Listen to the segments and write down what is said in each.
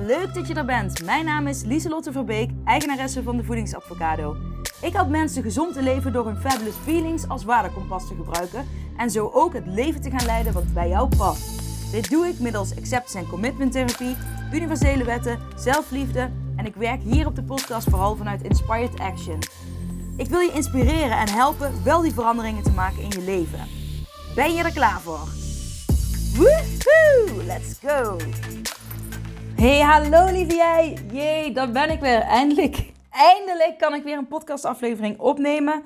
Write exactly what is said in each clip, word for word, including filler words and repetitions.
leuk dat je er bent. Mijn naam is Lieselotte Verbeek, eigenaresse van de Voedingsadvocado. Ik help mensen gezond te leven door hun fabulous feelings als waardekompas te gebruiken en zo ook het leven te gaan leiden wat bij jou past. Dit doe ik middels acceptance en commitment therapie, universele wetten, zelfliefde en ik werk hier op de podcast vooral vanuit Inspired Action. Ik wil je inspireren en helpen wel die veranderingen te maken in je leven. Ben je er klaar voor? Woehoe, let's go! Hey, hallo lieve jij! Jee, daar ben ik weer. Eindelijk, eindelijk kan ik weer een podcastaflevering opnemen.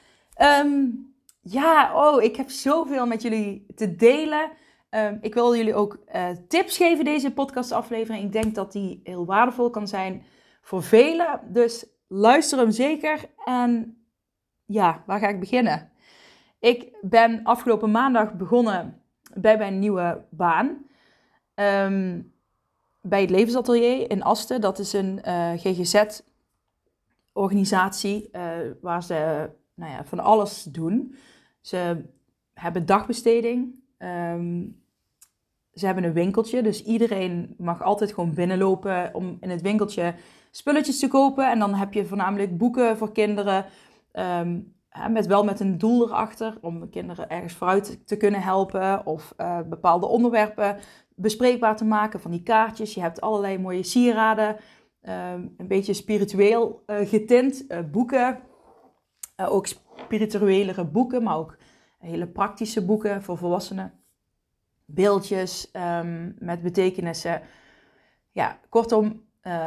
Um, ja, oh, ik heb zoveel met jullie te delen. Um, ik wil jullie ook uh, tips geven deze podcastaflevering. Ik denk dat die heel waardevol kan zijn voor velen. Dus luister hem zeker. En ja, waar ga ik beginnen? Ik ben afgelopen maandag begonnen bij mijn nieuwe baan. Um, bij het Levensatelier in Asten. Dat is een uh, G G Z-organisatie uh, waar ze nou ja, van alles doen. Ze hebben dagbesteding. Um, ze hebben een winkeltje. Dus iedereen mag altijd gewoon binnenlopen om in het winkeltje spulletjes te kopen. En dan heb je voornamelijk boeken voor kinderen. Um, met, wel met een doel erachter. Om kinderen ergens vooruit te kunnen helpen. Of uh, bepaalde onderwerpen bespreekbaar te maken van die kaartjes. Je hebt allerlei mooie sieraden. Um, een beetje spiritueel uh, getint. Uh, boeken. Uh, ook spirituelere boeken. Maar ook hele praktische boeken voor volwassenen. Beeldjes um, met betekenissen. Ja, kortom. Uh,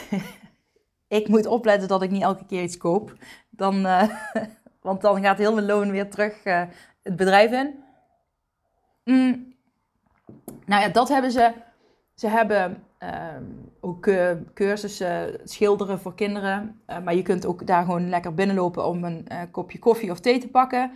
ik moet opletten dat ik niet elke keer iets koop. Dan, uh, want dan gaat heel mijn loon weer terug uh, het bedrijf in. Mm. Nou ja, dat hebben ze. Ze hebben uh, ook uh, cursussen schilderen voor kinderen. Uh, maar je kunt ook daar gewoon lekker binnenlopen om een uh, kopje koffie of thee te pakken.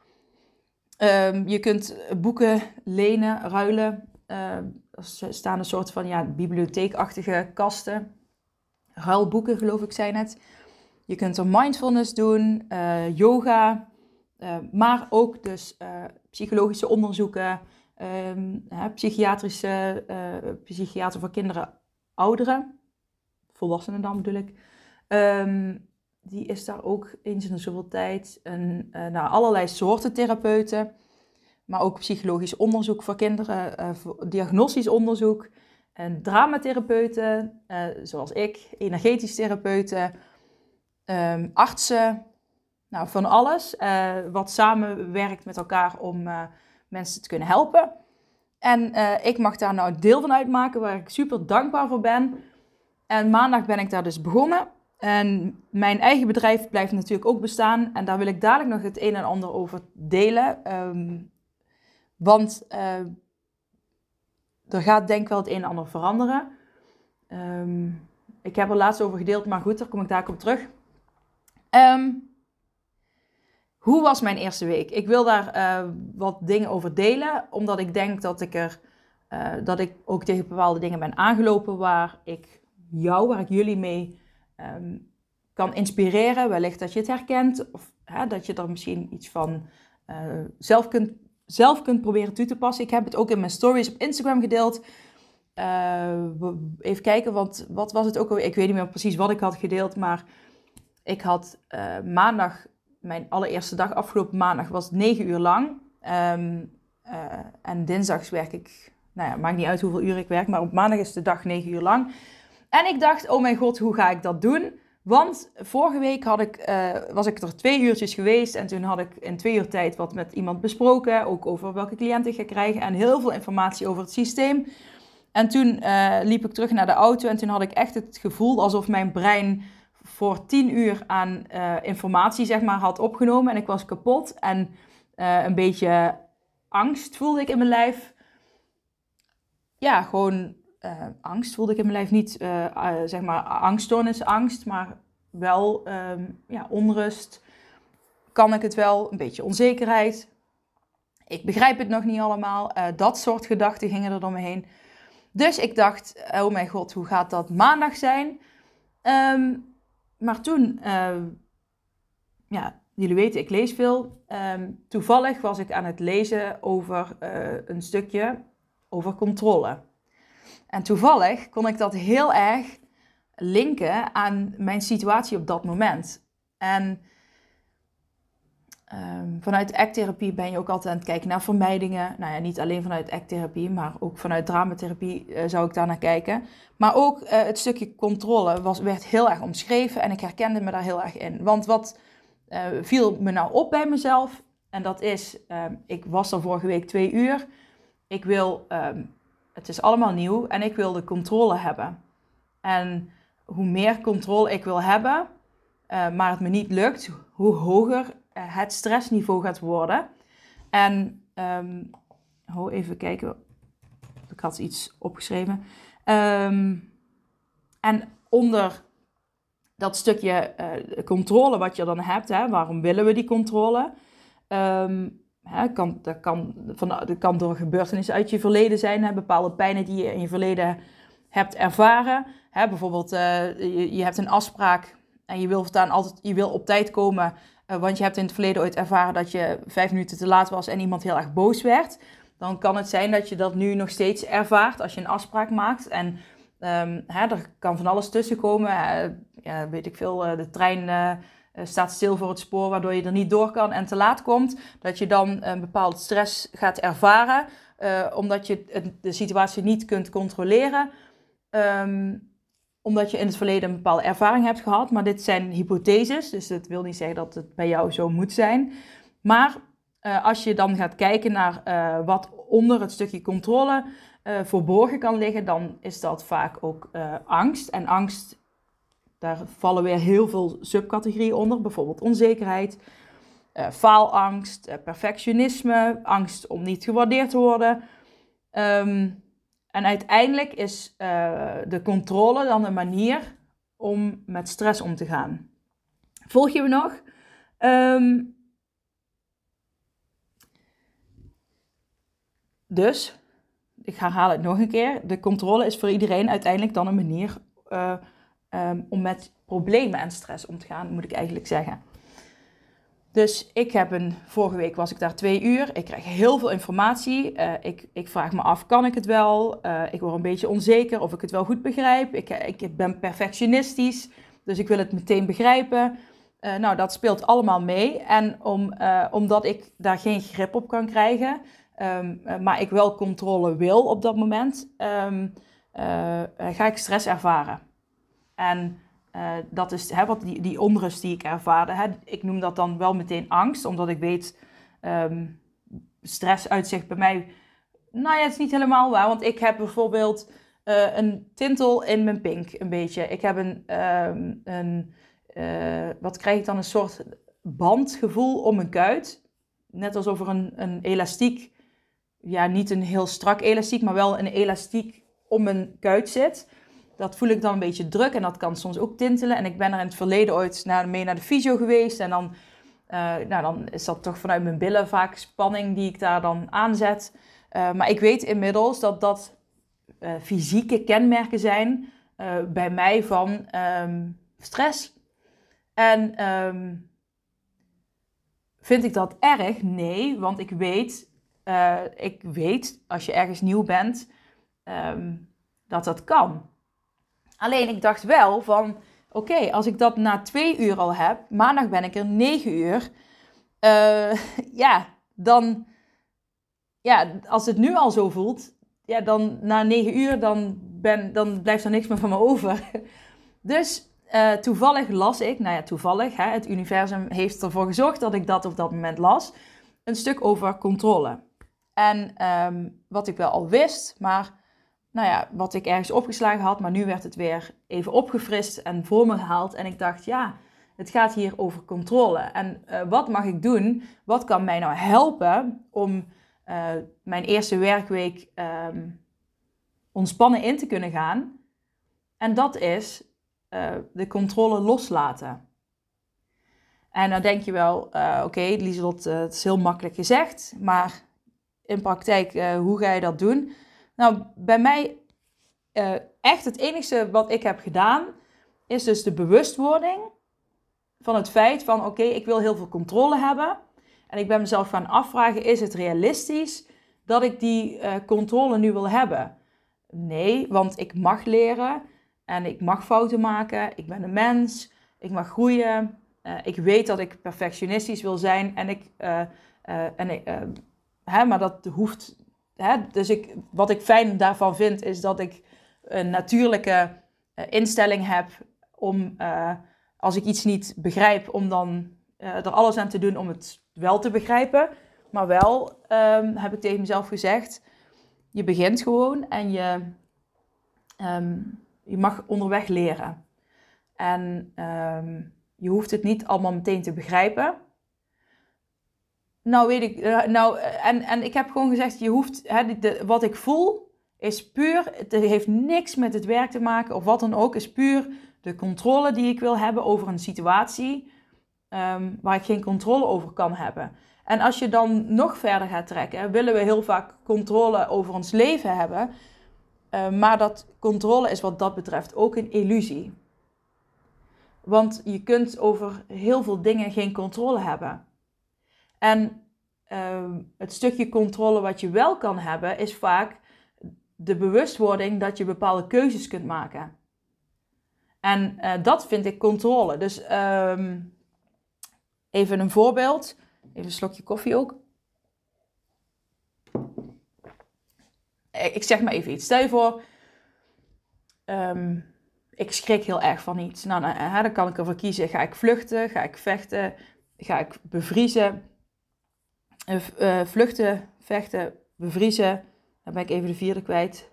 Um, je kunt boeken lenen, ruilen. Uh, er staan een soort van ja, bibliotheekachtige kasten. Ruilboeken, geloof ik, zijn het. Je kunt er mindfulness doen, uh, yoga. Uh, maar ook dus uh, psychologische onderzoeken. Um, hè, psychiatrische, uh, psychiater voor kinderen, ouderen, volwassenen dan bedoel ik. Um, die is daar ook eens in de zoveel tijd. En, uh, nou, allerlei soorten therapeuten, maar ook psychologisch onderzoek voor kinderen, uh, voor diagnostisch onderzoek. En dramatherapeuten, uh, zoals ik, energetisch therapeuten, um, artsen, nou van alles. Uh, wat samenwerkt met elkaar om uh, mensen te kunnen helpen. En uh, ik mag daar nou deel van uitmaken, waar ik super dankbaar voor ben. En maandag ben ik daar dus begonnen. En mijn eigen bedrijf blijft natuurlijk ook bestaan. En daar wil ik dadelijk nog het een en ander over delen. Um, want uh, er gaat denk ik wel het een en ander veranderen. Um, ik heb er laatst over gedeeld, maar goed, daar kom ik daar op terug. Um, Hoe was mijn eerste week? Ik wil daar uh, wat dingen over delen, omdat ik denk dat ik er, uh, dat ik ook tegen bepaalde dingen ben aangelopen waar ik jou, waar ik jullie mee um, kan inspireren. Wellicht dat je het herkent of hè, dat je er misschien iets van uh, zelf, kunt, zelf kunt proberen toe te passen. Ik heb het ook in mijn stories op Instagram gedeeld. Uh, even kijken, want wat was het ook alweer? Ik weet niet meer precies wat ik had gedeeld, maar ik had uh, maandag... Mijn allereerste dag, afgelopen maandag, was negen uur lang. Um, uh, en dinsdags werk ik, nou ja, maakt niet uit hoeveel uur ik werk, maar op maandag is de dag negen uur lang. En ik dacht, oh mijn god, hoe ga ik dat doen? Want vorige week had ik, uh, was ik er twee uurtjes geweest en toen had ik in twee uur tijd wat met iemand besproken. Ook over welke cliënten ik ga krijgen en heel veel informatie over het systeem. En toen uh, liep ik terug naar de auto en toen had ik echt het gevoel alsof mijn brein voor tien uur aan uh, informatie zeg maar, had opgenomen. En ik was kapot. En uh, een beetje angst voelde ik in mijn lijf. Ja, gewoon uh, angst voelde ik in mijn lijf. Niet uh, uh, zeg maar angststoornisangst, maar wel um, ja, onrust. Kan ik het wel? Een beetje onzekerheid. Ik begrijp het nog niet allemaal. Uh, dat soort gedachten gingen er door me heen. Dus ik dacht, oh mijn god, hoe gaat dat maandag zijn? Um, Maar toen, uh, ja, jullie weten, ik lees veel. Um, toevallig was ik aan het lezen over uh, een stukje over controle. En toevallig kon ik dat heel erg linken aan mijn situatie op dat moment. En um, vanuit acttherapie ben je ook altijd aan het kijken naar vermijdingen. Nou ja, niet alleen vanuit acttherapie, maar ook vanuit dramatherapie uh, zou ik daar naar kijken. Maar ook uh, het stukje controle was, werd heel erg omschreven en ik herkende me daar heel erg in. Want wat uh, viel me nou op bij mezelf? En dat is, um, ik was er vorige week twee uur. Ik wil, um, het is allemaal nieuw en ik wil de controle hebben. En hoe meer controle ik wil hebben, uh, maar het me niet lukt, hoe hoger uh, het stressniveau gaat worden. En, um, oh, even kijken, ik had iets opgeschreven. Um, en onder dat stukje uh, controle wat je dan hebt, hè, waarom willen we die controle? Um, hè, kan, dat, kan, van, dat kan door gebeurtenissen uit je verleden zijn, hè, bepaalde pijnen die je in je verleden hebt ervaren. Hè, bijvoorbeeld, uh, je, je hebt een afspraak en je wil, voortaan altijd, je wil op tijd komen, uh, want je hebt in het verleden ooit ervaren dat je vijf minuten te laat was en iemand heel erg boos werd. Dan kan het zijn dat je dat nu nog steeds ervaart als je een afspraak maakt. En um, hè, er kan van alles tussen komen. Uh, ja, weet ik veel, uh, de trein uh, staat stil voor het spoor waardoor je er niet door kan en te laat komt. Dat je dan een bepaald stress gaat ervaren, uh, omdat je de situatie niet kunt controleren. Um, omdat je in het verleden een bepaalde ervaring hebt gehad. Maar dit zijn hypotheses, dus dat wil niet zeggen dat het bij jou zo moet zijn. Maar uh, als je dan gaat kijken naar uh, wat onder het stukje controle uh, verborgen kan liggen, dan is dat vaak ook uh, angst. En angst, daar vallen weer heel veel subcategorieën onder. Bijvoorbeeld onzekerheid, uh, faalangst, uh, perfectionisme, angst om niet gewaardeerd te worden. Um, En uiteindelijk is uh, de controle dan een manier om met stress om te gaan. Volg je me nog? Um, dus, ik herhaal het nog een keer. De controle is voor iedereen uiteindelijk dan een manier uh, um, om met problemen en stress om te gaan, moet ik eigenlijk zeggen. Dus ik heb een, vorige week was ik daar twee uur. Ik krijg heel veel informatie. Uh, ik, ik vraag me af, kan ik het wel? Uh, ik word een beetje onzeker of ik het wel goed begrijp. Ik, ik ben perfectionistisch, dus ik wil het meteen begrijpen. Uh, nou, dat speelt allemaal mee. En om, uh, omdat ik daar geen grip op kan krijgen, um, uh, maar ik wel controle wil op dat moment, um, uh, ga ik stress ervaren. En Uh, dat is hè, wat die, die onrust die ik ervaarde. Hè. Ik noem dat dan wel meteen angst, omdat ik weet, um, stress uitzicht bij mij. Nou ja, het is niet helemaal waar, want ik heb bijvoorbeeld uh, een tintel in mijn pink, een beetje. Ik heb een, um, een uh, wat krijg ik dan, een soort bandgevoel om mijn kuit. Net alsof er een, een elastiek, ja, niet een heel strak elastiek, maar wel een elastiek om mijn kuit zit. Dat voel ik dan een beetje druk en dat kan soms ook tintelen. En ik ben er in het verleden ooit naar, mee naar de fysio geweest. En dan, uh, nou, dan is dat toch vanuit mijn billen vaak spanning die ik daar dan aanzet. Uh, maar ik weet inmiddels dat dat uh, fysieke kenmerken zijn uh, bij mij van um, stress. En um, vind ik dat erg? Nee, want ik weet, uh, ik weet als je ergens nieuw bent, um, dat dat kan. Alleen ik dacht wel van, oké, okay, als ik dat na twee uur al heb, maandag ben ik er negen uur, uh, ja, dan, ja, als het nu al zo voelt, ja, dan na negen uur, dan, ben, dan blijft er niks meer van me over. Dus uh, toevallig las ik, nou ja, toevallig, hè, het universum heeft ervoor gezorgd dat ik dat op dat moment las, een stuk over controle. En um, wat ik wel al wist, maar nou ja, wat ik ergens opgeslagen had, maar nu werd het weer even opgefrist en voor me gehaald. En ik dacht, ja, het gaat hier over controle. En uh, wat mag ik doen? Wat kan mij nou helpen om uh, mijn eerste werkweek um, ontspannen in te kunnen gaan? En dat is uh, de controle loslaten. En dan denk je wel, uh, oké, okay, Lieselot, uh, het is heel makkelijk gezegd, maar in praktijk, uh, hoe ga je dat doen? Nou, bij mij uh, echt het enige wat ik heb gedaan, is dus de bewustwording van het feit van, oké, okay, ik wil heel veel controle hebben. En ik ben mezelf gaan afvragen, is het realistisch dat ik die uh, controle nu wil hebben? Nee, want ik mag leren en ik mag fouten maken. Ik ben een mens, ik mag groeien. Uh, ik weet dat ik perfectionistisch wil zijn en ik... Uh, uh, en ik uh, hè, maar dat hoeft... Hè, dus ik, wat ik fijn daarvan vind, is dat ik een natuurlijke uh, instelling heb om, uh, als ik iets niet begrijp, om dan uh, er alles aan te doen om het wel te begrijpen. Maar wel um, heb ik tegen mezelf gezegd, je begint gewoon en je, um, je mag onderweg leren. En um, je hoeft het niet allemaal meteen te begrijpen. Nou weet ik, uh, nou, en, en ik heb gewoon gezegd, je hoeft, hè, de, wat ik voel is puur, het heeft niks met het werk te maken of wat dan ook, is puur de controle die ik wil hebben over een situatie um, waar ik geen controle over kan hebben. En als je dan nog verder gaat trekken, willen we heel vaak controle over ons leven hebben, uh, maar dat controle is wat dat betreft ook een illusie. Want je kunt over heel veel dingen geen controle hebben. En uh, het stukje controle wat je wel kan hebben, is vaak de bewustwording dat je bepaalde keuzes kunt maken. En uh, dat vind ik controle. Dus um, even een voorbeeld. Even een slokje koffie ook. Ik zeg maar even iets. Stel je voor, um, ik schrik heel erg van iets. Nou, nou hè, dan kan ik ervoor kiezen. Ga ik vluchten? Ga ik vechten? Ga ik bevriezen? Uh, vluchten, vechten, bevriezen. Dan ben ik even de vierde kwijt.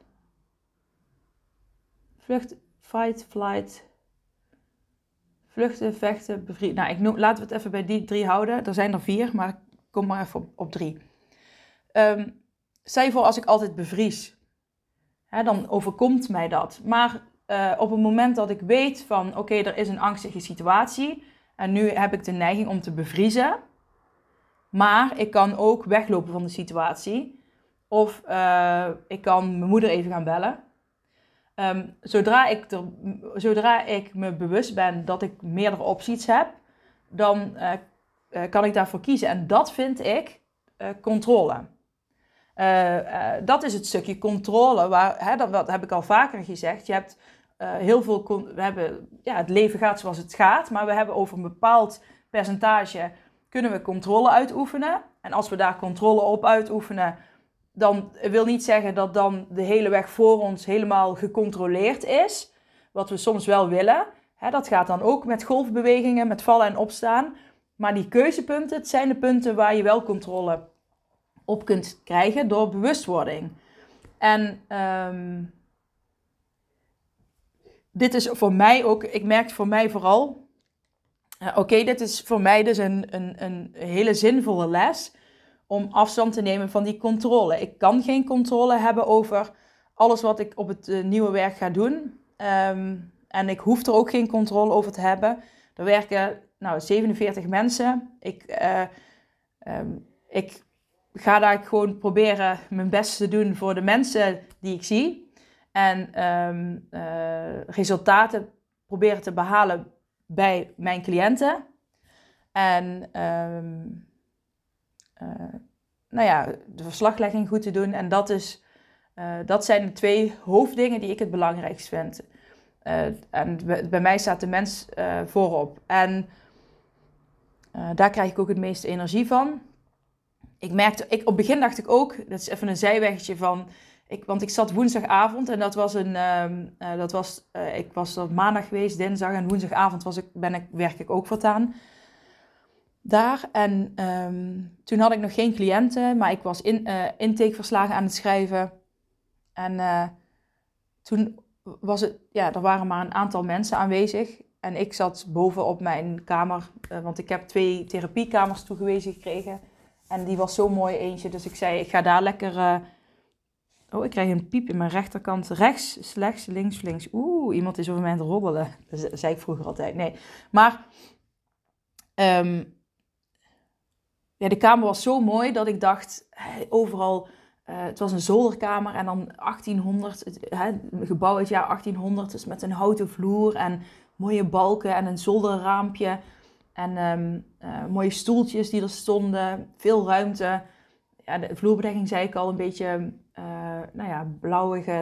Vlucht, fight, flight. Vluchten, vechten, bevriezen. Nou, ik noem, laten we het even bij die drie houden. Er zijn er vier, maar ik kom maar even op, op drie. Um, stel je voor als ik altijd bevries. Hè, dan overkomt mij dat. Maar uh, op het moment dat ik weet van, oké, okay, er is een angstige situatie. En nu heb ik de neiging om te bevriezen. Maar ik kan ook weglopen van de situatie. Of uh, ik kan mijn moeder even gaan bellen. Um, zodra, ik er, zodra ik me bewust ben dat ik meerdere opties heb, dan uh, uh, kan ik daarvoor kiezen. En dat vind ik uh, controle. Uh, uh, dat is het stukje controle. Waar, hè, dat, dat heb ik al vaker gezegd. Je hebt uh, heel veel... Con- we hebben, ja, het leven gaat zoals het gaat. Maar we hebben over een bepaald percentage... kunnen we controle uitoefenen. En als we daar controle op uitoefenen, dan wil niet zeggen dat dan de hele weg voor ons helemaal gecontroleerd is. Wat we soms wel willen. Hè, dat gaat dan ook met golfbewegingen, met vallen en opstaan. Maar die keuzepunten, het zijn de punten waar je wel controle op kunt krijgen door bewustwording. En um, dit is voor mij ook, ik merk voor mij vooral... Uh, Oké, okay, dit is voor mij dus een, een, een hele zinvolle les om afstand te nemen van die controle. Ik kan geen controle hebben over alles wat ik op het uh, nieuwe werk ga doen. Um, en ik hoef er ook geen controle over te hebben. Er werken nou, zevenenveertig mensen. Ik, uh, um, ik ga daar gewoon proberen mijn best te doen voor de mensen die ik zie. En um, uh, resultaten proberen te behalen bij mijn cliënten. En um, uh, nou ja, de verslaglegging goed te doen. En dat, is, uh, dat zijn de twee hoofddingen die ik het belangrijkst vind. Uh, en bij mij staat de mens uh, voorop. En uh, daar krijg ik ook het meeste energie van. Ik merkte, ik, op het begin dacht ik ook, dat is even een zijweggetje van... Ik, want ik zat woensdagavond en dat was een, um, uh, dat was, uh, ik was op maandag geweest, dinsdag en woensdagavond was ik, ben ik, werk ik ook voortaan daar. En um, toen had ik nog geen cliënten, maar ik was in, uh, intakeverslagen aan het schrijven. En uh, toen was het, ja, er waren maar een aantal mensen aanwezig. En ik zat boven op mijn kamer, uh, want ik heb twee therapiekamers toegewezen gekregen. En die was zo mooi eentje, dus ik zei, ik ga daar lekker... Uh, Oh, ik krijg een piep in mijn rechterkant. Rechts, slechts, links, links. Oeh, iemand is over mij aan het roddelen. Dat zei ik vroeger altijd. Nee, maar um, ja, de kamer was zo mooi dat ik dacht, overal... Uh, het was een zolderkamer en dan achttienhonderd, het, hè, gebouw uit het jaar achttienhonderd. Dus met een houten vloer en mooie balken en een zolderraampje. En um, uh, mooie stoeltjes die er stonden. Veel ruimte. Ja, de vloerbedekking zei ik al een beetje... Uh, nou ja, blauwige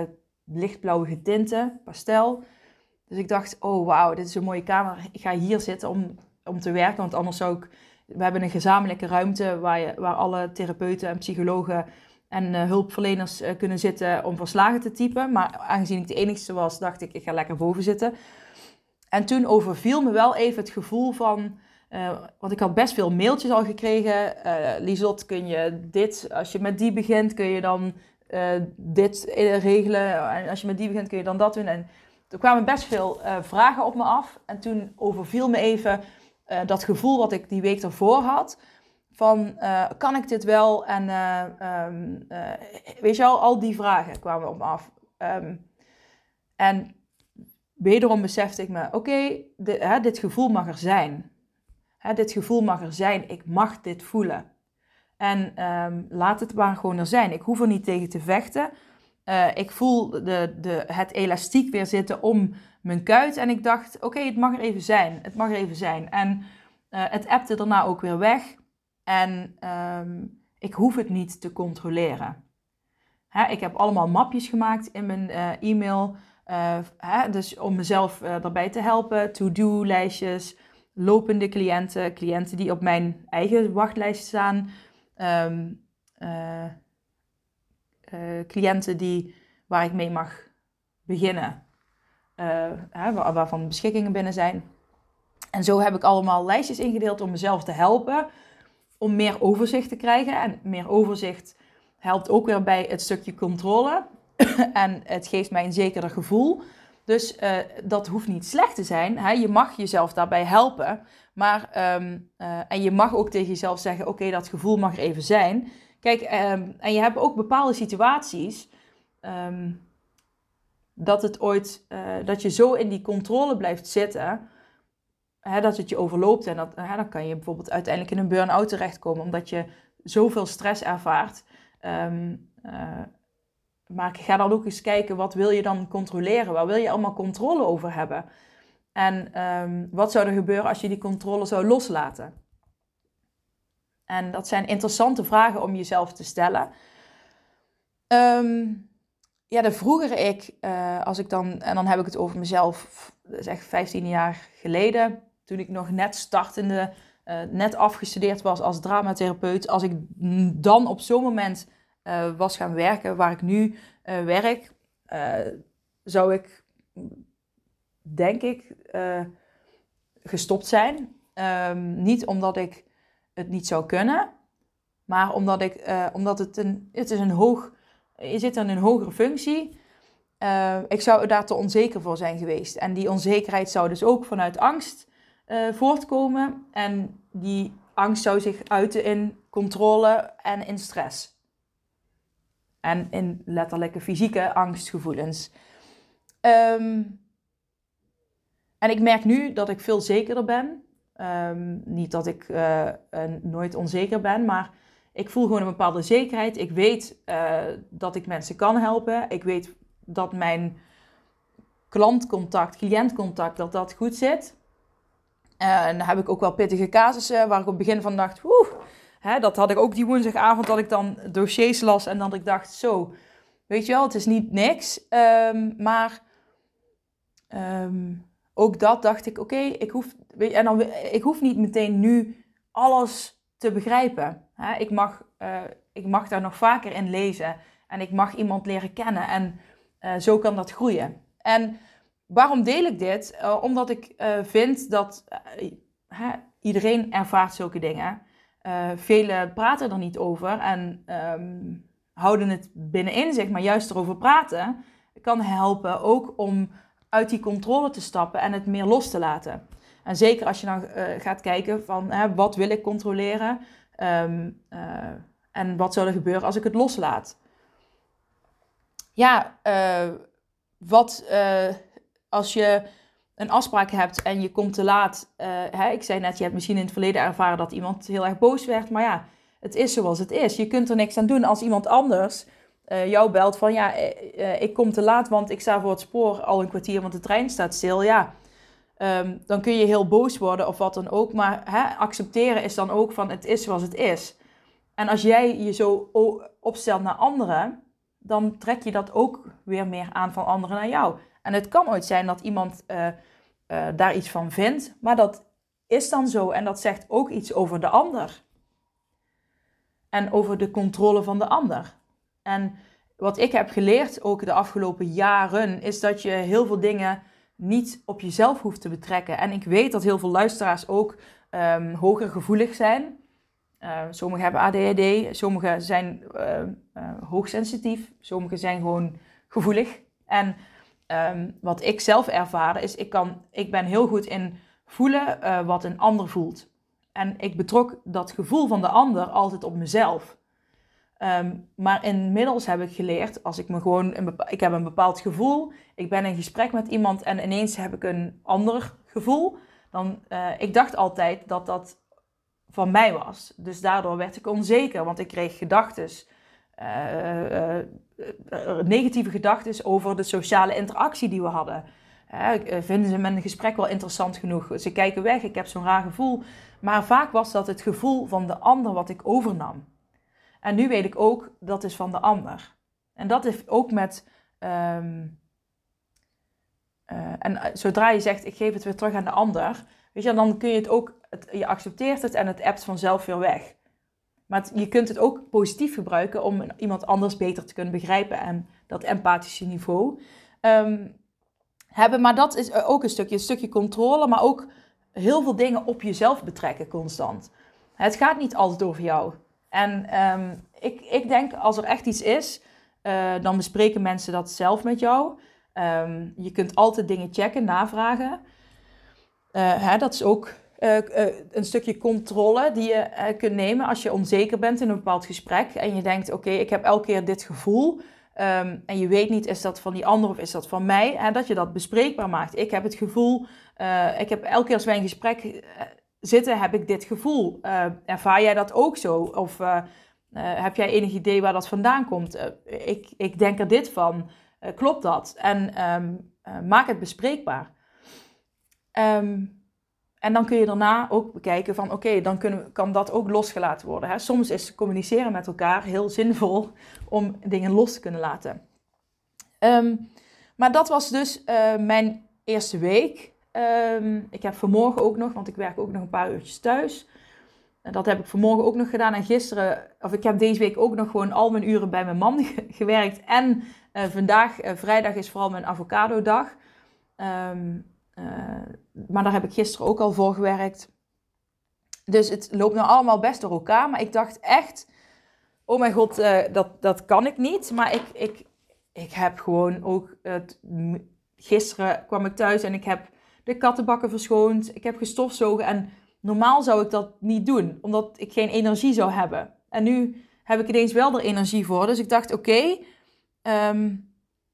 lichtblauwe tinten, pastel. Dus ik dacht, oh wauw, dit is een mooie kamer. Ik ga hier zitten om, om te werken, want anders zou ik... We hebben een gezamenlijke ruimte waar, je, waar alle therapeuten en psychologen en uh, hulpverleners uh, kunnen zitten om verslagen te typen. Maar aangezien ik de enigste was, dacht ik, ik ga lekker boven zitten. En toen overviel me wel even het gevoel van... Uh, want ik had best veel mailtjes al gekregen. Uh, Lieselot, kun je dit, als je met die begint, kun je dan uh, dit regelen. En als je met die begint, kun je dan dat doen. En er kwamen best veel uh, vragen op me af. En toen overviel me even uh, dat gevoel wat ik die week daarvoor had. Van, uh, kan ik dit wel? En uh, um, uh, weet je wel, al die vragen kwamen op me af. Um, en wederom besefte ik me, oké, okay, dit, dit gevoel mag er zijn. Hè, dit gevoel mag er zijn. Ik mag dit voelen. En um, laat het maar gewoon er zijn. Ik hoef er niet tegen te vechten. Uh, ik voel de, de, het elastiek weer zitten om mijn kuit. En ik dacht, oké, okay, het mag er even zijn. Het mag er even zijn. En uh, het appte daarna ook weer weg. En um, ik hoef het niet te controleren. Hè, ik heb allemaal mapjes gemaakt in mijn uh, e-mail. Uh, hè, dus om mezelf uh, daarbij te helpen. To-do-lijstjes. Lopende cliënten. Cliënten die op mijn eigen wachtlijst staan. Um, uh, uh, cliënten die, waar ik mee mag beginnen. Uh, hè, waar, waarvan beschikkingen binnen zijn. En zo heb ik allemaal lijstjes ingedeeld om mezelf te helpen. Om meer overzicht te krijgen. En meer overzicht helpt ook weer bij het stukje controle. En het geeft mij een zekerder gevoel. Dus uh, dat hoeft niet slecht te zijn. Hè? Je mag jezelf daarbij helpen. Maar, um, uh, en je mag ook tegen jezelf zeggen, oké, okay, dat gevoel mag er even zijn. Kijk, um, en je hebt ook bepaalde situaties... Um, dat het ooit, uh, dat je zo in die controle blijft zitten... Hè, dat het je overloopt. En dat, hè, dan kan je bijvoorbeeld uiteindelijk in een burn-out terechtkomen... omdat je zoveel stress ervaart... Um, uh, Maar ga dan ook eens kijken, wat wil je dan controleren? Waar wil je allemaal controle over hebben? En um, wat zou er gebeuren als je die controle zou loslaten? En dat zijn interessante vragen om jezelf te stellen. Um, ja, de vroeger ik, uh, als ik dan, en dan heb ik het over mezelf, dat is echt vijftien jaar geleden, toen ik nog net startende, uh, net afgestudeerd was als dramatherapeut. Als ik dan op zo'n moment uh, was gaan werken waar ik nu uh, werk, uh, zou ik, denk ik, uh, gestopt zijn. Um, niet omdat ik het niet zou kunnen, maar omdat, ik, uh, omdat het, een, het is een hoog, je zit in een hogere functie. Uh, ik zou daar te onzeker voor zijn geweest. En die onzekerheid zou dus ook vanuit angst uh, voortkomen. En die angst zou zich uiten in controle en in stress. En in letterlijke fysieke angstgevoelens. Um, en ik merk nu dat ik veel zekerder ben. Um, niet dat ik uh, uh, nooit onzeker ben, maar ik voel gewoon een bepaalde zekerheid. Ik weet uh, dat ik mensen kan helpen. Ik weet dat mijn klantcontact, cliëntcontact, dat dat goed zit. Uh, en dan heb ik ook wel pittige casussen waar ik op het begin van dacht, woe, hè, dat had ik ook die woensdagavond dat ik dan dossiers las en dat ik dacht, zo, weet je wel, het is niet niks. Um, maar um, ook dat dacht ik, oké, okay, ik hoef, en dan, ik hoef niet meteen nu alles te begrijpen. Hè? Ik, mag, uh, ik mag daar nog vaker in lezen en ik mag iemand leren kennen en uh, zo kan dat groeien. En waarom deel ik dit? Uh, omdat ik uh, vind dat uh, uh, iedereen ervaart zulke dingen. Uh, velen praten er niet over en um, houden het binnenin zich, maar juist erover praten kan helpen ook om uit die controle te stappen en het meer los te laten. En zeker als je dan uh, gaat kijken van hè, wat wil ik controleren um, uh, en wat zou er gebeuren als ik het loslaat. Ja, uh, wat uh, als je een afspraak hebt en je komt te laat. Uh, hè, ik zei net, je hebt misschien in het verleden ervaren dat iemand heel erg boos werd. Maar ja, het is zoals het is. Je kunt er niks aan doen als iemand anders uh, jou belt van ja, uh, ik kom te laat want ik sta voor het spoor al een kwartier want de trein staat stil. Ja, um, dan kun je heel boos worden of wat dan ook. Maar hè, accepteren is dan ook van het is zoals het is. En als jij je zo opstelt naar anderen, dan trek je dat ook weer meer aan van anderen naar jou. En het kan ooit zijn dat iemand uh, uh, daar iets van vindt, maar dat is dan zo en dat zegt ook iets over de ander. En over de controle van de ander. En wat ik heb geleerd, ook de afgelopen jaren, is dat je heel veel dingen niet op jezelf hoeft te betrekken. En ik weet dat heel veel luisteraars ook um, hoger gevoelig zijn. Uh, sommigen hebben A D H D, sommigen zijn uh, uh, hoogsensitief, sommigen zijn gewoon gevoelig. En um, wat ik zelf ervaren is, ik, kan, ik ben heel goed in voelen uh, wat een ander voelt. En ik betrok dat gevoel van de ander altijd op mezelf. Um, maar inmiddels heb ik geleerd, als ik me gewoon, een bepaal, ik heb een bepaald gevoel, ik ben in gesprek met iemand en ineens heb ik een ander gevoel. Dan, uh, ik dacht altijd dat dat van mij was. Dus daardoor werd ik onzeker, want ik kreeg gedachtes, uh, uh, uh, negatieve gedachtes over de sociale interactie die we hadden. Uh, vinden ze mijn gesprek wel interessant genoeg? Ze kijken weg, ik heb zo'n raar gevoel. Maar vaak was dat het gevoel van de ander wat ik overnam. En nu weet ik ook, dat is van de ander. En dat heeft ook met... Um, uh, en zodra je zegt, ik geef het weer terug aan de ander... Weet je, dan kun je het ook... Het, je accepteert het en het appt vanzelf weer weg. Maar het, je kunt het ook positief gebruiken... om iemand anders beter te kunnen begrijpen. En dat empathische niveau um, hebben. Maar dat is ook een stukje, een stukje controle... maar ook heel veel dingen op jezelf betrekken constant. Het gaat niet altijd over jou... En um, ik, ik denk, als er echt iets is, uh, dan bespreken mensen dat zelf met jou. Um, je kunt altijd dingen checken, navragen. Uh, hè, dat is ook uh, uh, een stukje controle die je uh, kunt nemen als je onzeker bent in een bepaald gesprek. En je denkt, oké, okay, ik heb elke keer dit gevoel. Um, en je weet niet, is dat van die ander of is dat van mij? En dat je dat bespreekbaar maakt. Ik heb het gevoel, uh, ik heb elke keer als wij een gesprek... Uh, zitten, heb ik dit gevoel. Uh, ervaar jij dat ook zo? Of uh, uh, heb jij enig idee waar dat vandaan komt? Uh, ik, ik denk er dit van. Uh, klopt dat? En um, uh, maak het bespreekbaar. Um, en dan kun je daarna ook bekijken van... oké, okay, dan kunnen, kan dat ook losgelaten worden. Hè? Soms is communiceren met elkaar heel zinvol... om dingen los te kunnen laten. Um, maar dat was dus uh, mijn eerste week... Um, ik heb vanmorgen ook nog, want ik werk ook nog een paar uurtjes thuis. En dat heb ik vanmorgen ook nog gedaan. En gisteren, of ik heb deze week ook nog gewoon al mijn uren bij mijn man ge- gewerkt. En uh, vandaag, uh, vrijdag, is vooral mijn avocado-dag. Um, uh, maar daar heb ik gisteren ook al voor gewerkt. Dus het loopt nou allemaal best door elkaar. Maar ik dacht echt, oh mijn god, uh, dat, dat kan ik niet. Maar ik, ik, ik heb gewoon ook, uh, gisteren kwam ik thuis en ik heb... de kattenbakken verschoond, ik heb gestofzogen en normaal zou ik dat niet doen, omdat ik geen energie zou hebben. En nu heb ik ineens wel er energie voor, dus ik dacht oké, okay, um,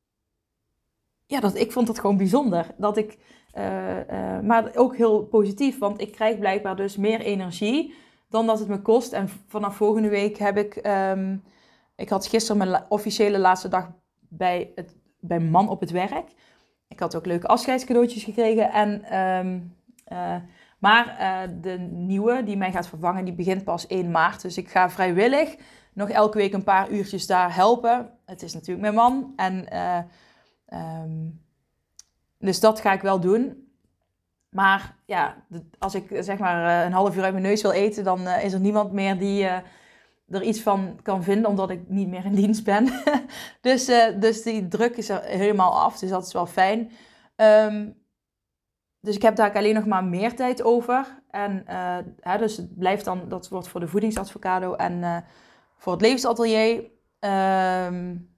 ja, dat, ik vond dat gewoon bijzonder. Dat ik, uh, uh, maar ook heel positief, want ik krijg blijkbaar dus meer energie dan dat het me kost. En vanaf volgende week heb ik, um, ik had gisteren mijn la- officiële laatste dag bij, het, bij mijn man op het werk. Ik had ook leuke afscheidscadeautjes gekregen. En, um, uh, maar uh, de nieuwe die mij gaat vervangen, die begint pas één maart. Dus ik ga vrijwillig nog elke week een paar uurtjes daar helpen. Het is natuurlijk mijn man. En, uh, um, dus dat ga ik wel doen. Maar ja, als ik zeg maar een half uur uit mijn neus wil eten, dan uh, is er niemand meer die... Uh, er iets van kan vinden, omdat ik niet meer in dienst ben. dus, uh, dus die druk is er helemaal af, dus dat is wel fijn. Um, dus ik heb daar alleen nog maar meer tijd over. En uh, hè, dus het blijft dan, dat wordt voor de voedingsadvocado en uh, voor het levensatelier. Um,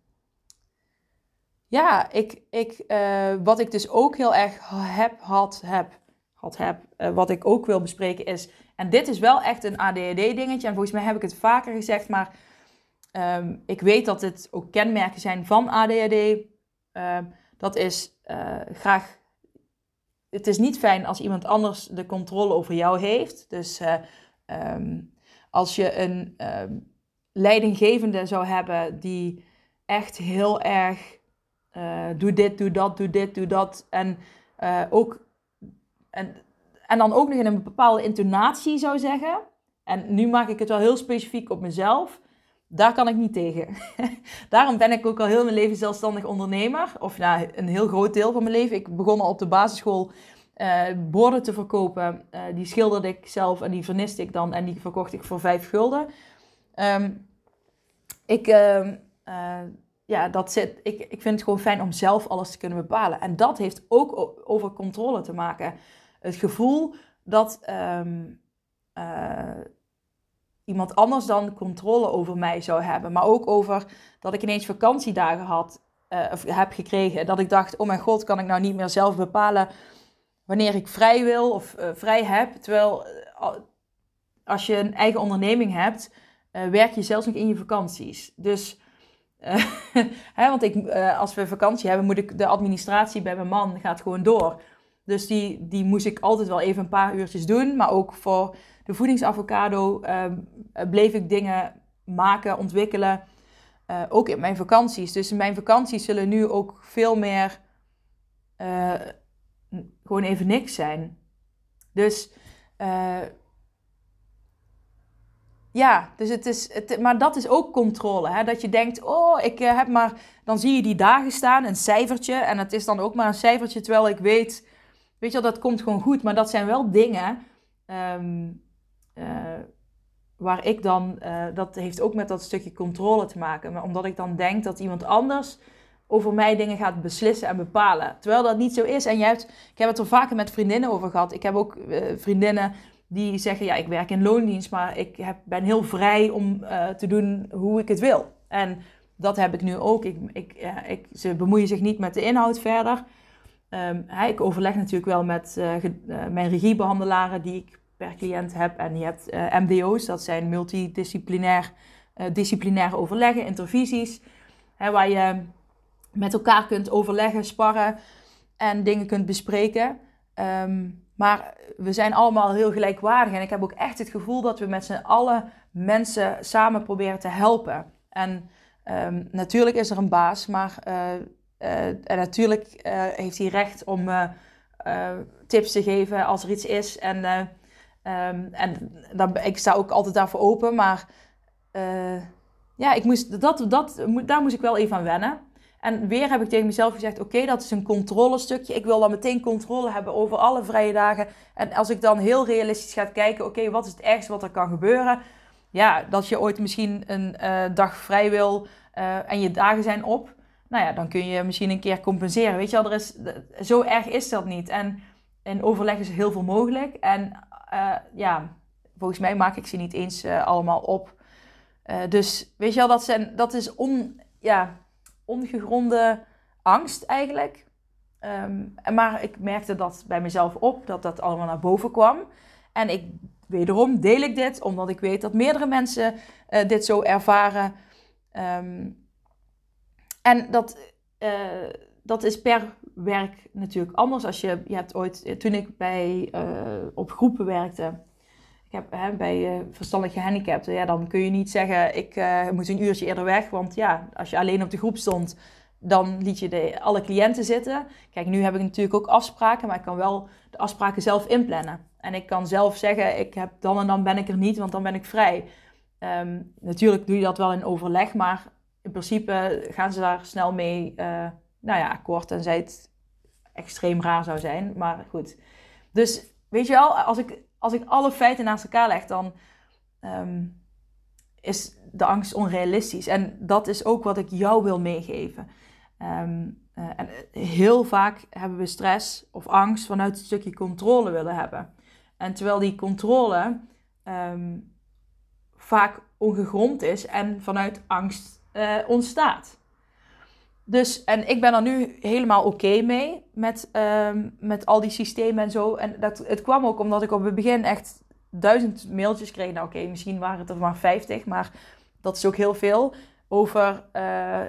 ja, ik, ik, uh, wat ik dus ook heel erg heb, had, heb, had, heb, uh, wat ik ook wil bespreken is... En dit is wel echt een A D H D-dingetje. En volgens mij heb ik het vaker gezegd. Maar um, ik weet dat het ook kenmerken zijn van A D H D. Uh, dat is uh, graag... Het is niet fijn als iemand anders de controle over jou heeft. Dus uh, um, als je een um, leidinggevende zou hebben die echt heel erg... Uh, doe dit, doe dat, doe dit, doe dat. En uh, ook... En, En dan ook nog in een bepaalde intonatie zou zeggen. En nu maak ik het wel heel specifiek op mezelf. Daar kan ik niet tegen. Daarom ben ik ook al heel mijn leven zelfstandig ondernemer. Of nou, een heel groot deel van mijn leven. Ik begon al op de basisschool uh, borden te verkopen. Uh, die schilderde ik zelf en die verniste ik dan. En die verkocht ik voor vijf gulden. Um, ik, uh, uh, ja, dat zit, ik, ik vind het gewoon fijn om zelf alles te kunnen bepalen. En dat heeft ook over controle te maken. Het gevoel dat um, uh, iemand anders dan controle over mij zou hebben. Maar ook over dat ik ineens vakantiedagen had, uh, of heb gekregen. Dat ik dacht, oh mijn god, kan ik nou niet meer zelf bepalen wanneer ik vrij wil of uh, vrij heb. Terwijl uh, als je een eigen onderneming hebt, uh, werk je zelfs nog in je vakanties. Dus, uh, hè, want ik, uh, als we vakantie hebben, moet ik de administratie bij mijn man gaat gewoon door. Dus die, die moest ik altijd wel even een paar uurtjes doen. Maar ook voor de voedingsavocado uh, bleef ik dingen maken, ontwikkelen. Uh, ook in mijn vakanties. Dus mijn vakanties zullen nu ook veel meer uh, gewoon even niks zijn. Dus uh, ja, dus het is, het, maar dat is ook controle. Hè? Dat je denkt, oh, ik uh, heb maar... Dan zie je die dagen staan, een cijfertje. En het is dan ook maar een cijfertje, terwijl ik weet... Weet je wel, dat komt gewoon goed. Maar dat zijn wel dingen... Um, uh, waar ik dan... Uh, dat heeft ook met dat stukje controle te maken. Maar omdat ik dan denk dat iemand anders... over mij dingen gaat beslissen en bepalen. Terwijl dat niet zo is. En je hebt, ik heb het er vaker met vriendinnen over gehad. Ik heb ook uh, vriendinnen die zeggen... Ja, ik werk in loondienst, maar ik heb, ben heel vrij om uh, te doen hoe ik het wil. En dat heb ik nu ook. Ik, ik, uh, ik, ze bemoeien zich niet met de inhoud verder. Um, he, ik overleg natuurlijk wel met uh, ge, uh, mijn regiebehandelaren die ik per cliënt heb. En je hebt uh, M D O's, dat zijn multidisciplinair uh, disciplinaire overleggen, intervisies. He, waar je met elkaar kunt overleggen, sparren en dingen kunt bespreken. Um, maar we zijn allemaal heel gelijkwaardig. En ik heb ook echt het gevoel dat we met z'n allen mensen samen proberen te helpen. En um, natuurlijk is er een baas, maar... Uh, Uh, en natuurlijk uh, heeft hij recht om uh, uh, tips te geven als er iets is. En, uh, um, en dan, ik sta ook altijd daarvoor open. Maar uh, ja, ik moest, dat, dat, daar moest ik wel even aan wennen. En weer heb ik tegen mezelf gezegd... Oké, okay, dat is een controlestukje. Ik wil dan meteen controle hebben over alle vrije dagen. En als ik dan heel realistisch ga kijken... Oké, okay, wat is het ergste wat er kan gebeuren? Ja, dat je ooit misschien een uh, dag vrij wil... Uh, en je dagen zijn op... Nou ja, dan kun je misschien een keer compenseren. Weet je wel, er is, zo erg is dat niet. En in overleg is heel veel mogelijk. En uh, ja, volgens mij maak ik ze niet eens uh, allemaal op. Uh, dus weet je wel, dat, zijn, dat is on, ja, ongegronde angst eigenlijk. Um, maar ik merkte dat bij mezelf op, dat dat allemaal naar boven kwam. En ik, wederom deel ik dit, omdat ik weet dat meerdere mensen uh, dit zo ervaren... Um, En dat, uh, dat is per werk natuurlijk anders. Als je, je hebt ooit, toen ik bij, uh, op groepen werkte, ik heb hè, bij uh, verstandelijk gehandicapten, ja, dan kun je niet zeggen, ik uh, moet een uurtje eerder weg. Want ja, als je alleen op de groep stond, dan liet je de, alle cliënten zitten. Kijk, nu heb ik natuurlijk ook afspraken, maar ik kan wel de afspraken zelf inplannen. En ik kan zelf zeggen, ik heb dan en dan ben ik er niet, want dan ben ik vrij. Um, natuurlijk doe je dat wel in overleg, maar... In principe gaan ze daar snel mee, uh, nou ja, akkoord, tenzij het extreem raar zou zijn. Maar goed. Dus weet je wel, als ik, als ik alle feiten naast elkaar leg, dan um, is de angst onrealistisch. En dat is ook wat ik jou wil meegeven. Um, uh, en heel vaak hebben we stress of angst vanuit het stukje controle willen hebben. En terwijl die controle um, vaak ongegrond is en vanuit angst Uh, ontstaat. Dus, en ik ben er nu helemaal oké okay mee met, uh, met al die systemen en zo. En dat, het kwam ook omdat ik op het begin echt duizend mailtjes kreeg. Nou oké, okay, misschien waren het er maar vijftig, maar dat is ook heel veel. Over uh,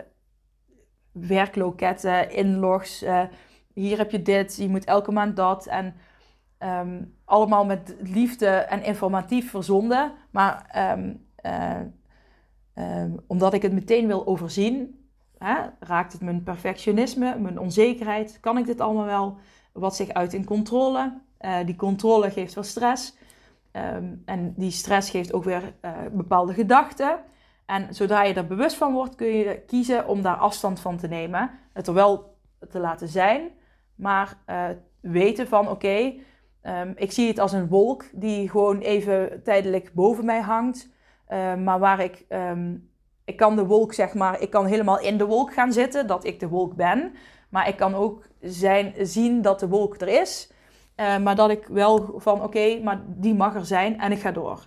werkloketten, inlogs. Uh, hier heb je dit, je moet elke maand dat. En um, allemaal met liefde en informatief verzonden. Maar... Um, uh, Um, omdat ik het meteen wil overzien, hè, raakt het mijn perfectionisme, mijn onzekerheid. Kan ik dit allemaal wel? Wat zich uit in controle. Uh, die controle geeft wel stress. Um, en die stress geeft ook weer uh, bepaalde gedachten. En zodra je er bewust van wordt, kun je kiezen om daar afstand van te nemen. Het er wel te laten zijn, maar uh, weten van oké, okay, um, ik zie het als een wolk die gewoon even tijdelijk boven mij hangt. Uh, maar waar ik, um, ik kan de wolk zeg maar, ik kan helemaal in de wolk gaan zitten, dat ik de wolk ben. Maar ik kan ook zijn, zien dat de wolk er is. Uh, maar dat ik wel van oké, okay, maar die mag er zijn en ik ga door.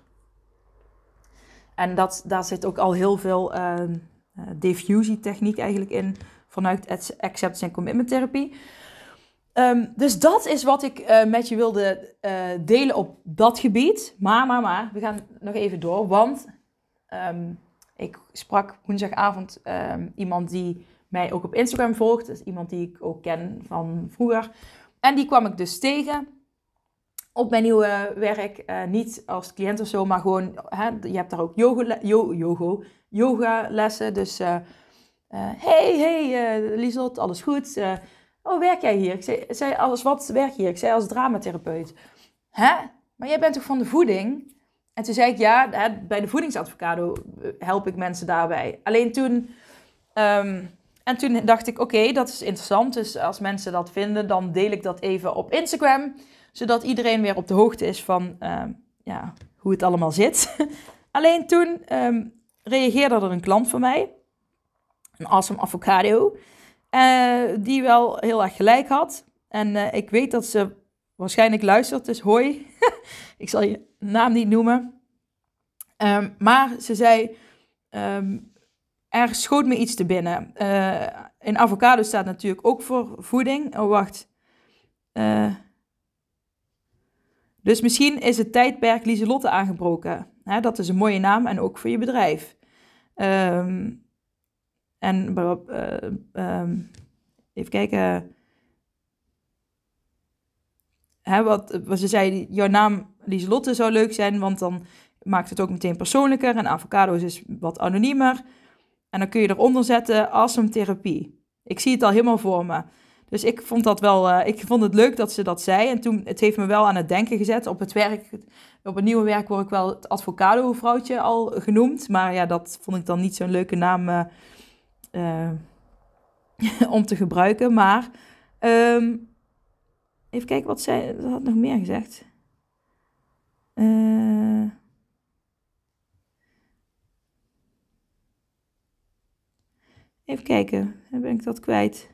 En dat, daar zit ook al heel veel uh, uh, diffusietechniek eigenlijk in vanuit acceptance en commitment therapie. Um, dus dat is wat ik uh, met je wilde uh, delen op dat gebied. Maar, maar, maar, we gaan nog even door. Want um, ik sprak woensdagavond um, iemand die mij ook op Instagram volgt. Dus iemand die ik ook ken van vroeger. En die kwam ik dus tegen op mijn nieuwe werk. Uh, niet als cliënt of zo, maar gewoon, hè, je hebt daar ook yoga, yo, yoga, yoga lessen. Dus, uh, uh, hey, hey uh, Lieselot, alles goed? Uh, oh, werk jij hier? Ik zei, zei alles, wat werk je hier? Ik zei als dramatherapeut. Hè? Maar jij bent toch van de voeding? En toen zei ik, ja, hè, bij de voedingsadvocado help ik mensen daarbij. Alleen toen, um, en toen dacht ik, oké, okay, dat is interessant. Dus als mensen dat vinden, dan deel ik dat even op Instagram. Zodat iedereen weer op de hoogte is van um, ja, hoe het allemaal zit. Alleen toen um, reageerde er een klant van mij. Een awesome avocado. Uh, die wel heel erg gelijk had. En uh, ik weet dat ze waarschijnlijk luistert. Dus hoi. Ik zal je naam niet noemen. Um, maar ze zei... Um, er schoot me iets te binnen. Uh, in avocado staat natuurlijk ook voor voeding. Oh, wacht. Uh, dus misschien is het tijdperk Lieselotte aangebroken. Hè, dat is een mooie naam en ook voor je bedrijf. Um, en uh, um, even kijken. Hè, wat, wat ze zei, jouw naam Lieselotte zou leuk zijn, want dan maakt het ook meteen persoonlijker. En avocado is dus wat anoniemer. En dan kun je eronder zetten awesome therapie. Ik zie het al helemaal voor me. Dus ik vond dat wel, uh, ik vond het leuk dat ze dat zei. En toen, het heeft me wel aan het denken gezet. Op het werk, op het nieuwe werk word ik wel het avocado vrouwtje al genoemd. Maar ja, dat vond ik dan niet zo'n leuke naam uh, uh, om te gebruiken. Maar um, even kijken wat zij, ze had nog meer gezegd. Uh, even kijken, dan ben ik dat kwijt.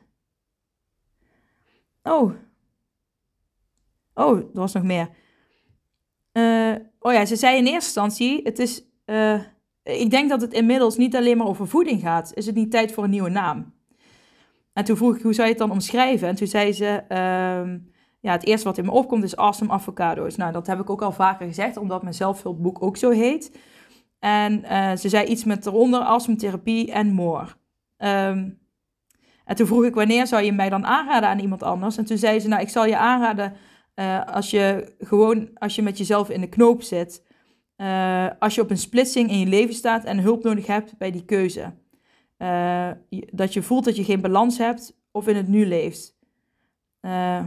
Oh. Oh, er was nog meer. Uh, oh ja, ze zei in eerste instantie, het is, uh, ik denk dat het inmiddels niet alleen maar over voeding gaat. Is het niet tijd voor een nieuwe naam? En toen vroeg ik, hoe zou je het dan omschrijven? En toen zei ze, uh, ja, het eerste wat in me opkomt is awesome avocado's. Nou, dat heb ik ook al vaker gezegd, omdat mijn zelfhulpboek ook zo heet. En uh, ze zei iets met eronder, awesome therapie en more. Um, en toen vroeg ik, wanneer zou je mij dan aanraden aan iemand anders? En toen zei ze, nou, ik zal je aanraden uh, als je gewoon, als je met jezelf in de knoop zit. Uh, als je op een splitsing in je leven staat en hulp nodig hebt bij die keuze. Uh, dat je voelt dat je geen balans hebt of in het nu leeft. Uh,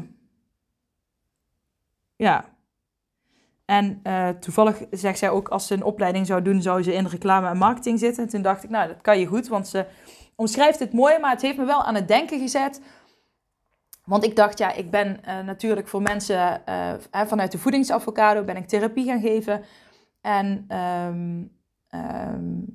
ja. En uh, toevallig zegt zij ook, als ze een opleiding zou doen, zou ze in reclame en marketing zitten. En toen dacht ik, nou, dat kan je goed, want ze omschrijft het mooi, maar het heeft me wel aan het denken gezet. Want ik dacht, ja, ik ben uh, natuurlijk voor mensen, uh, vanuit de voedingsavocado ben ik therapie gaan geven. En um, um,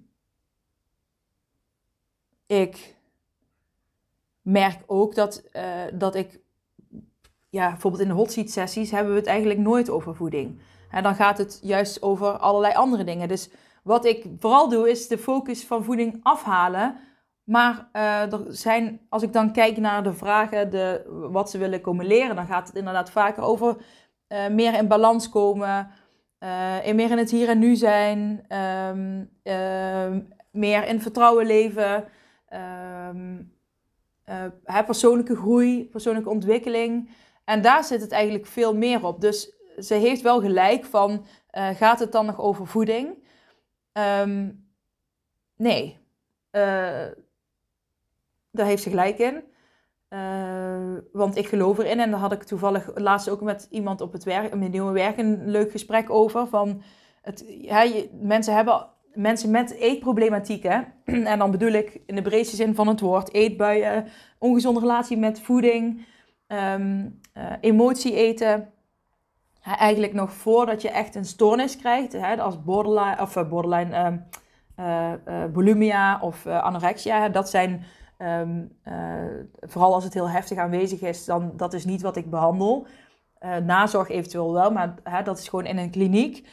ik merk ook dat, uh, dat ik, ja, bijvoorbeeld in de hot seat sessies hebben we het eigenlijk nooit over voeding. En dan gaat het juist over allerlei andere dingen. Dus wat ik vooral doe, is de focus van voeding afhalen. Maar uh, er zijn, als ik dan kijk naar de vragen, de, wat ze willen komen leren, dan gaat het inderdaad vaker over uh, meer in balans komen, uh, in meer in het hier en nu zijn, um, uh, meer in vertrouwen leven, um, uh, persoonlijke groei, persoonlijke ontwikkeling. En daar zit het eigenlijk veel meer op. Dus ze heeft wel gelijk van, uh, gaat het dan nog over voeding? Um, nee. Uh, Daar heeft ze gelijk in. Uh, want ik geloof erin. En daar had ik toevallig laatst ook met iemand op het werk, in mijn nieuwe werk, een leuk gesprek over. Van het, ja, je, mensen hebben mensen met eetproblematieken, en dan bedoel ik in de breedste zin van het woord, eetbuien, ongezonde relatie met voeding, um, uh, emotie eten. Ja, eigenlijk nog voordat je echt een stoornis krijgt, hè, als borderline, of uh, borderline um, uh, uh, bulimia of uh, anorexia. Dat zijn, um, uh, vooral als het heel heftig aanwezig is, dan dat is niet wat ik behandel. Uh, nazorg eventueel wel, maar hè, dat is gewoon in een kliniek.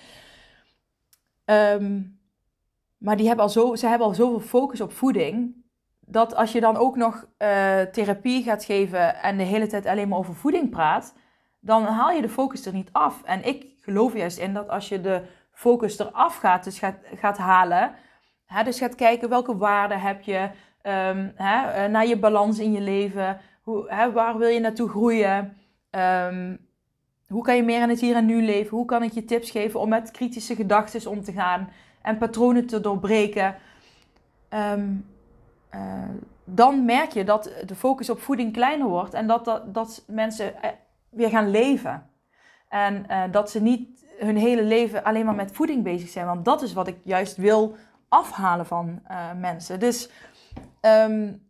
Um, maar die hebben al zo, ze hebben al zoveel focus op voeding, dat als je dan ook nog uh, therapie gaat geven en de hele tijd alleen maar over voeding praat, dan haal je de focus er niet af. En ik geloof juist in dat als je de focus eraf gaat, dus gaat, gaat halen, hè, dus gaat kijken welke waarden heb je, um, hè, naar je balans in je leven, hoe, hè, waar wil je naartoe groeien, um, hoe kan je meer in het hier en nu leven, hoe kan ik je tips geven om met kritische gedachten om te gaan en patronen te doorbreken. Um, uh, dan merk je dat de focus op voeding kleiner wordt en dat, dat, dat mensen weer gaan leven. En uh, dat ze niet hun hele leven alleen maar met voeding bezig zijn. Want dat is wat ik juist wil afhalen van uh, mensen. Dus, um,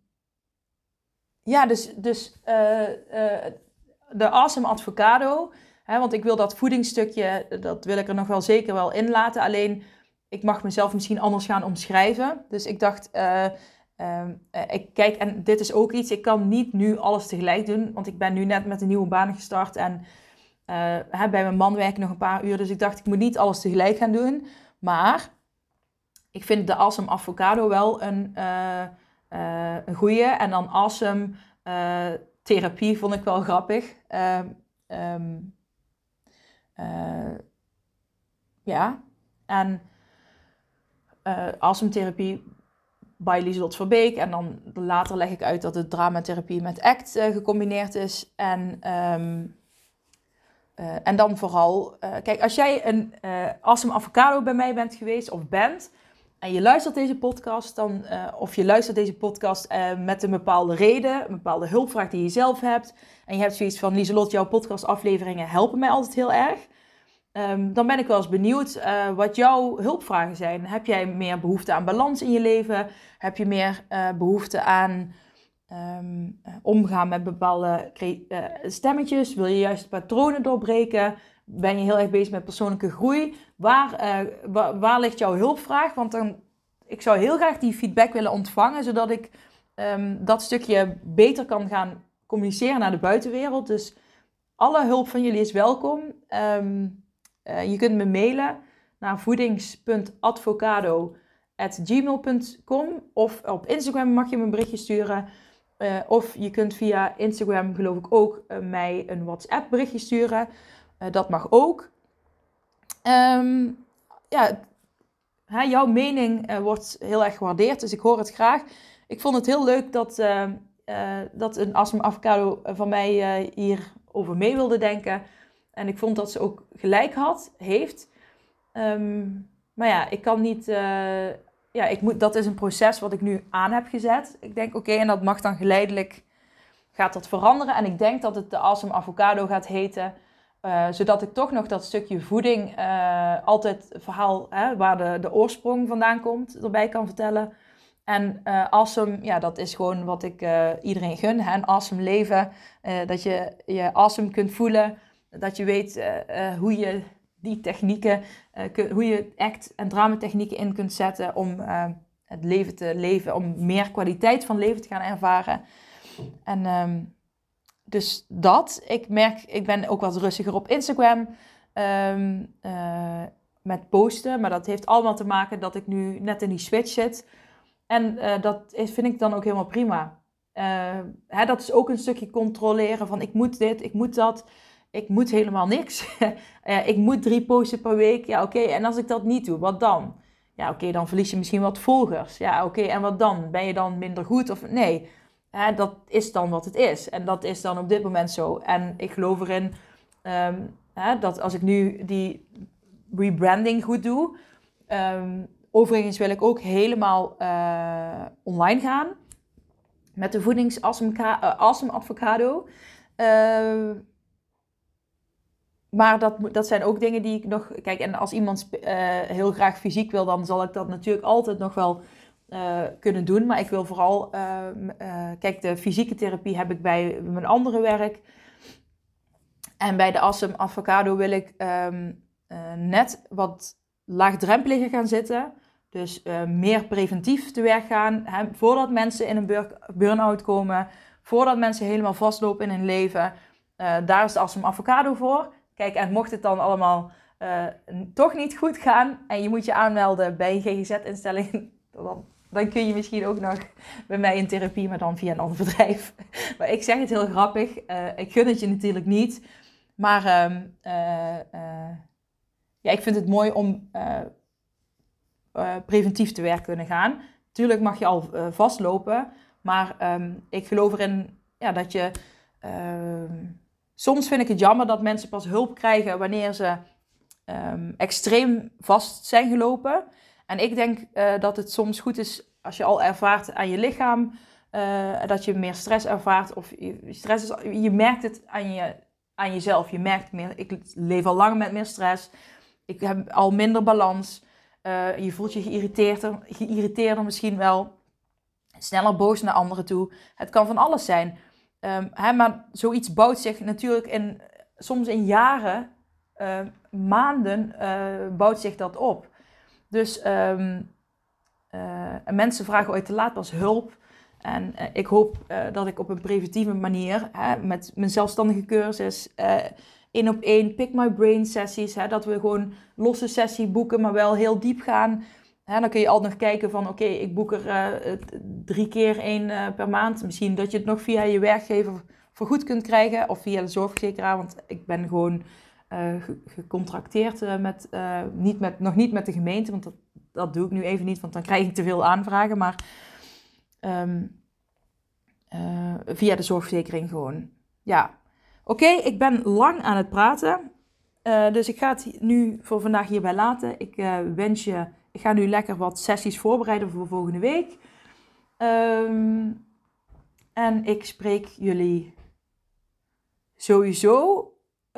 ja, dus, dus uh, uh, de Awesome Avocado. Hè, want ik wil dat voedingsstukje, dat wil ik er nog wel zeker wel in laten. Alleen, ik mag mezelf misschien anders gaan omschrijven. Dus ik dacht, uh, uh, ik kijk, en dit is ook iets, ik kan niet nu alles tegelijk doen. Want ik ben nu net met een nieuwe baan gestart en uh, hè, bij mijn man werk ik nog een paar uur. Dus ik dacht, ik moet niet alles tegelijk gaan doen. Maar ik vind de Awesome Avocado wel een, uh, uh, een goeie. En dan Awesome uh, therapie vond ik wel grappig. Uh, um, uh, ja, en uh, Awesome therapie bij Lieselot Verbeek. En dan later leg ik uit dat het dramatherapie met ACT uh, gecombineerd is. En, um, uh, en dan vooral, uh, kijk, als jij een uh, Awesome Avocado bij mij bent geweest of bent en je luistert deze podcast, dan, uh, of je luistert deze podcast uh, met een bepaalde reden, een bepaalde hulpvraag die je zelf hebt, en je hebt zoiets van, Lieselot, jouw podcastafleveringen helpen mij altijd heel erg. Um, dan ben ik wel eens benieuwd uh, wat jouw hulpvragen zijn. Heb jij meer behoefte aan balans in je leven? Heb je meer uh, behoefte aan um, omgaan met bepaalde uh, stemmetjes? Wil je juist patronen doorbreken? Ben je heel erg bezig met persoonlijke groei? Waar, uh, waar, waar ligt jouw hulpvraag? Want dan, ik zou heel graag die feedback willen ontvangen, zodat ik um, dat stukje beter kan gaan communiceren naar de buitenwereld. Dus alle hulp van jullie is welkom. Um, Uh, je kunt me mailen naar voedings punt advocado at gmail punt com of op Instagram mag je me een berichtje sturen. Uh, of je kunt via Instagram, geloof ik ook, uh, mij een WhatsApp berichtje sturen. Uh, dat mag ook. Um, ja, hè, jouw mening uh, wordt heel erg gewaardeerd, dus ik hoor het graag. Ik vond het heel leuk dat, uh, uh, dat een Awesome Avocado van mij uh, hierover mee wilde denken. En ik vond dat ze ook gelijk had, heeft. Um, maar ja, ik kan niet... Uh, ja, ik moet, dat is een proces wat ik nu aan heb gezet. Ik denk, oké, okay, en dat mag dan geleidelijk... gaat dat veranderen. En ik denk dat het de Awesome Avocado gaat heten. Uh, zodat ik toch nog dat stukje voeding... Uh, altijd het verhaal hè, waar de, de oorsprong vandaan komt, erbij kan vertellen. En uh, awesome, ja, dat is gewoon wat ik uh, iedereen gun. Hè? Een awesome leven. Uh, dat je je awesome kunt voelen... Dat je weet uh, uh, hoe je die technieken, uh, kun, hoe je act- en dramatechnieken in kunt zetten om uh, het leven te leven, om meer kwaliteit van leven te gaan ervaren. En um, dus dat. Ik merk, ik ben ook wat rustiger op Instagram um, uh, met posten, maar dat heeft allemaal te maken dat ik nu net in die switch zit. En uh, dat is, vind ik dan ook helemaal prima. Uh, hè, dat is ook een stukje controleren van ik moet dit, ik moet dat. Ik moet helemaal niks. uh, ik moet drie posten per week. Ja, oké. Okay. En als ik dat niet doe, wat dan? Ja, oké, okay, dan verlies je misschien wat volgers. Ja, oké. Okay. En wat dan? Ben je dan minder goed? Of nee, uh, dat is dan wat het is. En dat is dan op dit moment zo. En ik geloof erin um, uh, dat als ik nu die rebranding goed doe... Um, overigens wil ik ook helemaal uh, online gaan. Met de voedings Awesome, uh, awesome Avocado. Uh, maar dat, dat zijn ook dingen die ik nog... Kijk, en als iemand uh, heel graag fysiek wil, dan zal ik dat natuurlijk altijd nog wel uh, kunnen doen. Maar ik wil vooral... Uh, uh, kijk, de fysieke therapie heb ik bij mijn andere werk. En bij de Awesome Avocado wil ik um, uh, net wat laagdrempeliger gaan zitten. Dus uh, meer preventief te werk gaan. Hè, voordat mensen in een bur- burn-out komen. Voordat mensen helemaal vastlopen in hun leven. Uh, daar is de Awesome Avocado voor. Kijk, en mocht het dan allemaal uh, toch niet goed gaan. En je moet je aanmelden bij een G G Z-instelling. Dan, dan kun je misschien ook nog bij mij in therapie. Maar dan via een ander bedrijf. Maar ik zeg het heel grappig. Uh, ik gun het je natuurlijk niet. Maar um, uh, uh, ja, ik vind het mooi om uh, uh, preventief te werk kunnen gaan. Tuurlijk mag je al uh, vastlopen. Maar um, ik geloof erin ja, dat je... Uh, soms vind ik het jammer dat mensen pas hulp krijgen wanneer ze um, extreem vast zijn gelopen. En ik denk uh, dat het soms goed is als je al ervaart aan je lichaam. Uh, dat je meer stress ervaart. Of je, stress is, je merkt het aan je... aan jezelf. Je merkt meer, ik leef al lang met meer stress. Ik heb al minder balans. Uh, je voelt je geïrriteerder, geïrriteerder misschien wel. Sneller boos naar anderen toe. Het kan van alles zijn. Um, hè, maar zoiets bouwt zich natuurlijk in, soms in jaren, uh, maanden, uh, bouwt zich dat op. Dus um, uh, mensen vragen ooit te laat pas hulp. En uh, ik hoop uh, dat ik op een preventieve manier, hè, met mijn zelfstandige cursus, uh, één op één, pick my brain sessies, hè, dat we gewoon losse sessie boeken, maar wel heel diep gaan. Hè, dan kun je altijd nog kijken van, oké, okay, ik boek er uh, drie keer één uh, per maand. Misschien dat je het nog via je werkgever vergoed kunt krijgen, of via de zorgverzekeraar, want ik ben gewoon uh, gecontracteerd uh, met, uh, niet met, nog niet met de gemeente, want dat, dat doe ik nu even niet, want dan krijg ik te veel aanvragen, maar... Um, uh, via de zorgverzekering gewoon. Ja, oké, okay, ik ben lang aan het praten. Uh, dus ik ga het nu voor vandaag hierbij laten. Ik uh, wens je... Ik ga nu lekker wat sessies voorbereiden voor volgende week. Um, en ik spreek jullie sowieso... Uh,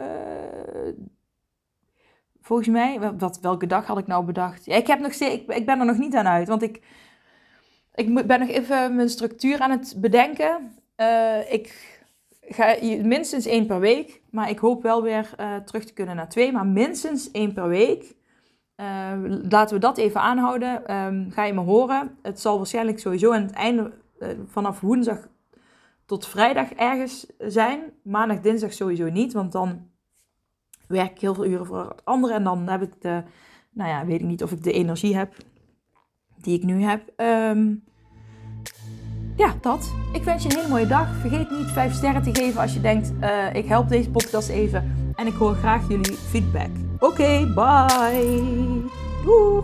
volgens mij... Wat, welke dag had ik nou bedacht? Ja, ik, heb nog steeds, ik, ik ben er nog niet aan uit, want ik... Ik ben nog even mijn structuur aan het bedenken. Uh, ik ga minstens één per week. Maar ik hoop wel weer uh, terug te kunnen naar twee. Maar minstens één per week. Uh, laten we dat even aanhouden. Um, ga je me horen. Het zal waarschijnlijk sowieso aan het einde uh, vanaf woensdag tot vrijdag ergens zijn. Maandag, dinsdag sowieso niet. Want dan werk ik heel veel uren voor het andere. En dan heb ik de... Nou ja, weet ik niet of ik de energie heb die ik nu heb. Um, ja, dat. Ik wens je een hele mooie dag. Vergeet niet vijf sterren te geven als je denkt, uh, ik help deze podcast even. En ik hoor graag jullie feedback. Oké, okay, bye. Doeg.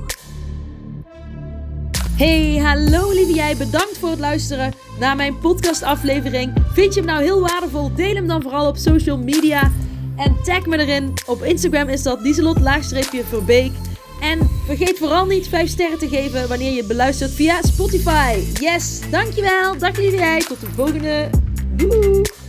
Hey, hallo lieve jij. Bedankt voor het luisteren naar mijn podcastaflevering. Vind je hem nou heel waardevol? Deel hem dan vooral op social media. En tag me erin. Op Instagram is dat Lieselot-Verbeek. En vergeet vooral niet vijf sterren te geven wanneer je beluistert via Spotify. Yes, dankjewel. Dag lieve jij. Tot de volgende. Doei.